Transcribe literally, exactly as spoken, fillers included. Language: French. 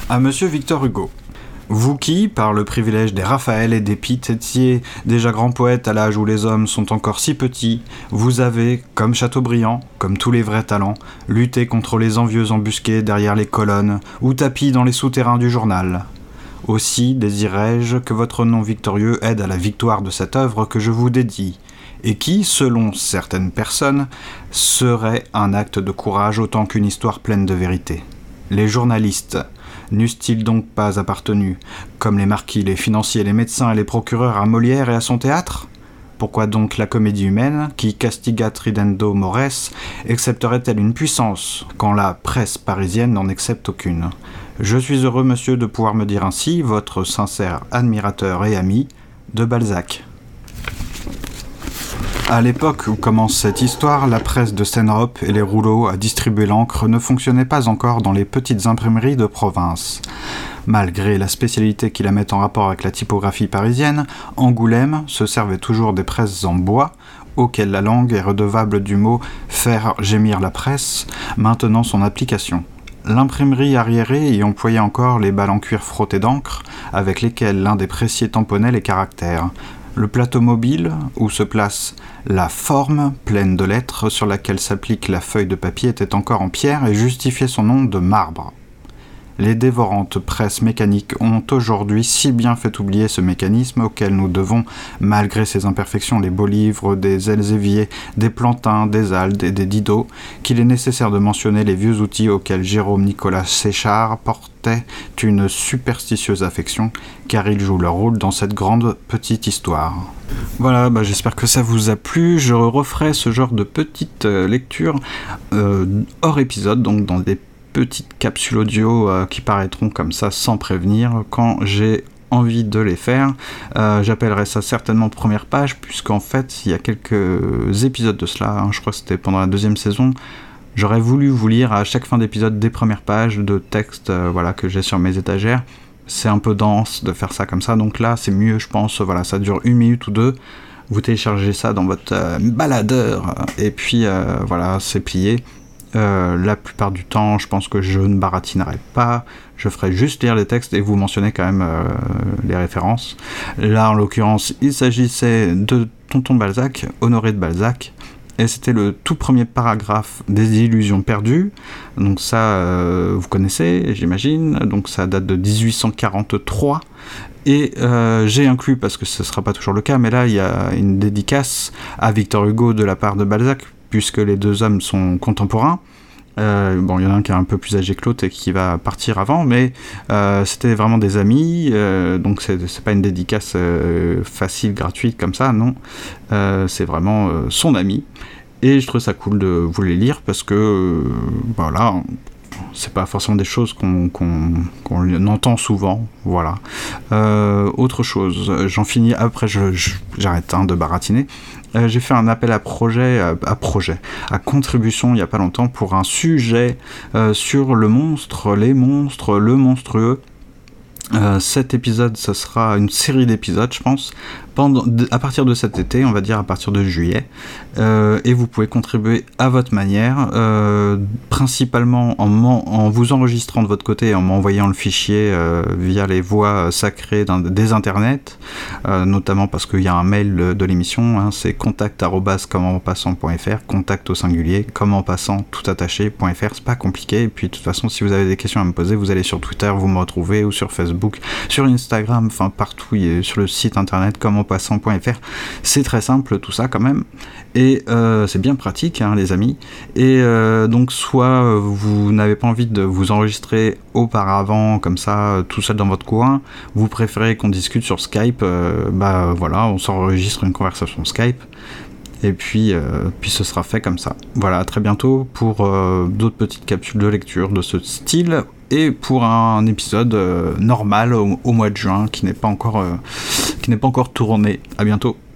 À Monsieur Victor Hugo. Vous qui, par le privilège des Raphaël et des Pitt étiez déjà grands poètes à l'âge où les hommes sont encore si petits, vous avez, comme Chateaubriand, comme tous les vrais talents, lutté contre les envieux embusqués derrière les colonnes ou tapis dans les souterrains du journal. Aussi désirais-je que votre nom victorieux aide à la victoire de cette œuvre que je vous dédie, et qui, selon certaines personnes, serait un acte de courage autant qu'une histoire pleine de vérité. Les journalistes n'eussent-ils donc pas appartenu, comme les marquis, les financiers, les médecins et les procureurs, à Molière et à son théâtre ? Pourquoi donc la comédie humaine, qui castigat ridendo mores, accepterait-elle une puissance, quand la presse parisienne n'en accepte aucune ? Je suis heureux, monsieur, de pouvoir me dire ainsi, votre sincère admirateur et ami, de Balzac. À l'époque où commence cette histoire, la presse de Stanhope et les rouleaux à distribuer l'encre ne fonctionnaient pas encore dans les petites imprimeries de province. Malgré la spécialité qui la met en rapport avec la typographie parisienne, Angoulême se servait toujours des presses en bois, auxquelles la langue est redevable du mot « faire gémir la presse », maintenant son application. L'imprimerie arriérée y employait encore les balles en cuir frottées d'encre, avec lesquelles l'un des pressiers tamponnait les caractères. Le plateau mobile, où se place la forme pleine de lettres sur laquelle s'applique la feuille de papier, était encore en pierre et justifiait son nom de marbre. Les dévorantes presses mécaniques ont aujourd'hui si bien fait oublier ce mécanisme auquel nous devons, malgré ses imperfections, les beaux livres des Elzévier, des Plantin, des Aldes et des Didot, qu'il est nécessaire de mentionner les vieux outils auxquels Jérôme Nicolas Séchard portait une superstitieuse affection, car ils jouent leur rôle dans cette grande petite histoire. Voilà, bah j'espère que ça vous a plu. Je referai ce genre de petite euh, lecture euh, hors épisode, donc dans des petites capsules audio euh, qui paraîtront comme ça sans prévenir quand j'ai envie de les faire. Euh, j'appellerai ça certainement première page, puisqu'en fait il y a quelques épisodes de cela, hein, je crois que c'était pendant la deuxième saison, j'aurais voulu vous lire à chaque fin d'épisode des premières pages de texte euh, voilà, que j'ai sur mes étagères. C'est un peu dense de faire ça comme ça, donc là c'est mieux, je pense. Voilà, ça dure une minute ou deux, vous téléchargez ça dans votre euh, baladeur et puis euh, voilà, c'est plié. Euh, la plupart du temps, je pense que je ne baratinerai pas, je ferai juste lire les textes et vous mentionner quand même euh, les références. Là, en l'occurrence, il s'agissait de Tonton Balzac, Honoré de Balzac, et c'était le tout premier paragraphe des Illusions perdues. Donc ça, euh, vous connaissez, j'imagine, donc ça date de dix-huit cent quarante-trois. Et euh, j'ai inclus, parce que ce ne sera pas toujours le cas, mais là, il y a une dédicace à Victor Hugo de la part de Balzac, puisque les deux hommes sont contemporains. Euh, bon, il y en a un qui est un peu plus âgé que l'autre et qui va partir avant, mais euh, c'était vraiment des amis, euh, donc c'est, c'est pas une dédicace euh, facile, gratuite comme ça, non. Euh, c'est vraiment euh, son ami. Et je trouve ça cool de vous les lire parce que, euh, voilà, c'est pas forcément des choses qu'on, qu'on, qu'on entend souvent, voilà. Euh, autre chose, j'en finis, après je, je, j'arrête hein, de baratiner. Euh, j'ai fait un appel à projet, à, à projet, à contribution il n'y a pas longtemps pour un sujet euh, sur le monstre, les monstres, le monstrueux. Euh, cet épisode, ce sera une série d'épisodes, je pense, pendant, à partir de cet été, on va dire à partir de juillet, euh, et vous pouvez contribuer à votre manière, euh, principalement en, en vous enregistrant de votre côté et en m'envoyant le fichier euh, via les voies sacrées des internets, euh, notamment parce qu'il y a un mail de, de l'émission, hein, c'est contact arobase comme en passant point f r, contact au singulier, comme en passant tout attaché point f r, c'est pas compliqué, et puis de toute façon, si vous avez des questions à me poser, vous allez sur Twitter, vous me retrouvez, ou sur Facebook, sur Instagram, enfin partout, et sur le site internet comme en passant point f r. C'est très simple tout ça quand même, et euh, c'est bien pratique hein, les amis. Et euh, donc soit vous n'avez pas envie de vous enregistrer auparavant comme ça tout seul dans votre coin, vous préférez qu'on discute sur Skype, euh, bah voilà, on s'enregistre une conversation Skype. Et puis, euh, puis ce sera fait comme ça. Voilà, à très bientôt pour euh, d'autres petites capsules de lecture de ce style et pour un épisode euh, normal au, au mois de juin qui n'est pas encore, euh, qui n'est pas encore tourné. À bientôt.